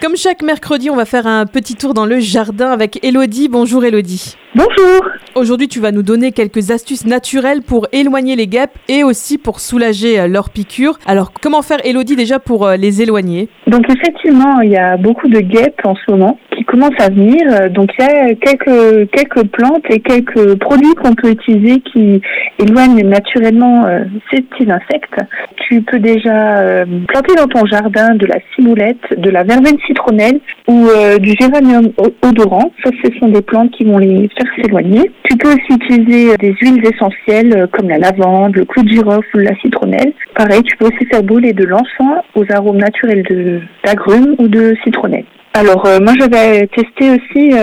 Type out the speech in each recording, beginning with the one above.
Comme chaque mercredi, on va faire un petit tour dans le jardin avec Élodie. Bonjour Élodie. Bonjour. Aujourd'hui, tu vas nous donner quelques astuces naturelles pour éloigner les guêpes et aussi pour soulager leurs piqûres. Alors, comment faire, Élodie, déjà pour les éloigner? Donc effectivement, il y a beaucoup de guêpes en ce moment qui commencent à venir. Donc il y a quelques plantes et quelques produits qu'on peut utiliser qui éloignent naturellement ces petits insectes. Tu peux déjà planter dans ton jardin de la ciboulette, de la verveine citronnelle ou du géranium odorant. Ça, ce sont des plantes qui vont les faire s'éloigner. Tu peux aussi utiliser des huiles essentielles comme la lavande, le clou de girofle ou la citronnelle. Pareil, tu peux aussi faire brûler de l'encens aux arômes naturels d'agrumes ou de citronnelle. Alors, moi, je vais tester aussi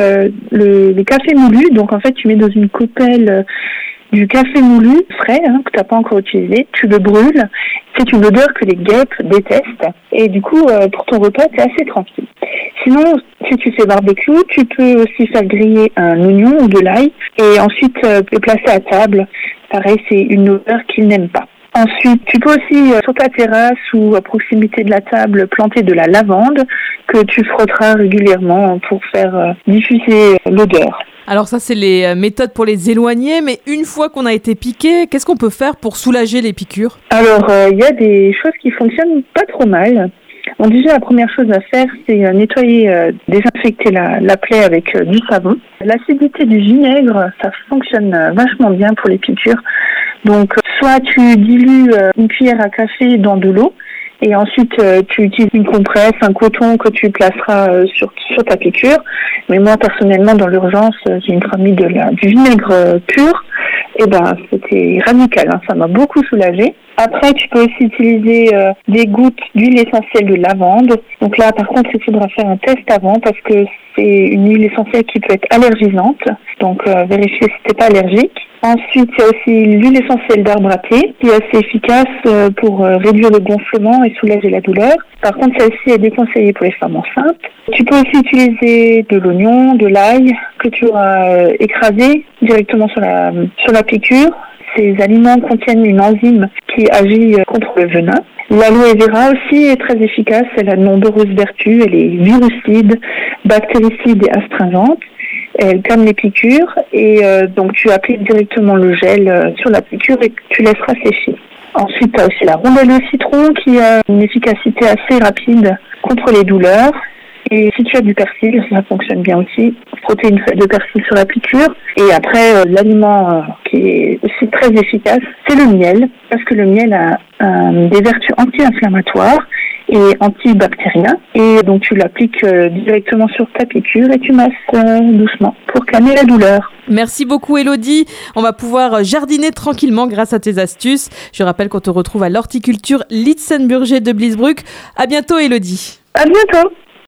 le café moulu. Donc, en fait, tu mets dans une coupelle du café moulu frais, que tu n'as pas encore utilisé. Tu le brûles. C'est une odeur que les guêpes détestent. Et du coup, pour ton repas, tu es assez tranquille. Sinon, si tu fais barbecue, tu peux aussi faire griller un oignon ou de l'ail et ensuite le placer à table. Pareil, c'est une odeur qu'ils n'aiment pas. Ensuite, tu peux aussi, sur ta terrasse ou à proximité de la table, planter de la lavande que tu frotteras régulièrement pour faire diffuser l'odeur. Alors ça, c'est les méthodes pour les éloigner, mais une fois qu'on a été piqué, qu'est-ce qu'on peut faire pour soulager les piqûres? Alors, il y a des choses qui fonctionnent pas trop mal. Bon, déjà, la première chose à faire, c'est nettoyer, désinfecter la plaie avec du savon. L'acidité du vinaigre, ça fonctionne vachement bien pour les piqûres. Donc, soit tu dilues une cuillère à café dans de l'eau et ensuite tu utilises une compresse, un coton que tu placeras sur ta piqûre. Mais moi, personnellement, dans l'urgence, j'ai une fois mis du vinaigre pur. Et c'était radical, ça m'a beaucoup soulagée. Après, tu peux aussi utiliser des gouttes d'huile essentielle de lavande. Donc là, par contre, il faudra faire un test avant parce que c'est une huile essentielle qui peut être allergisante. Donc, vérifiez si t'es pas allergique. Ensuite, il y a aussi l'huile essentielle d'arbre à thé qui est assez efficace pour réduire le gonflement et soulager la douleur. Par contre, celle-ci est déconseillée pour les femmes enceintes. Tu peux aussi utiliser de l'oignon, de l'ail que tu auras écrasé directement sur la piqûre. Ces aliments contiennent une enzyme qui agit contre le venin. L'aloe vera aussi est très efficace. Elle a de nombreuses vertus. Elle est virucide, bactéricide et astringente. Elle calme les piqûres et donc tu appliques directement le gel sur la piqûre et tu laisseras sécher. Ensuite, tu as aussi la rondelle de citron qui a une efficacité assez rapide contre les douleurs. Et si tu as du persil, ça fonctionne bien aussi. Frotter une feuille de persil sur la piqûre. Et après, l'aliment qui est aussi très efficace, c'est le miel. Parce que le miel a des vertus anti-inflammatoires et antibactériens. Et donc, tu l'appliques directement sur ta piqûre et tu masses doucement pour calmer la douleur. Merci beaucoup Élodie. On va pouvoir jardiner tranquillement grâce à tes astuces. Je rappelle qu'on te retrouve à l'horticulture Litzenburger de Bliesbruck. À bientôt Élodie. À bientôt.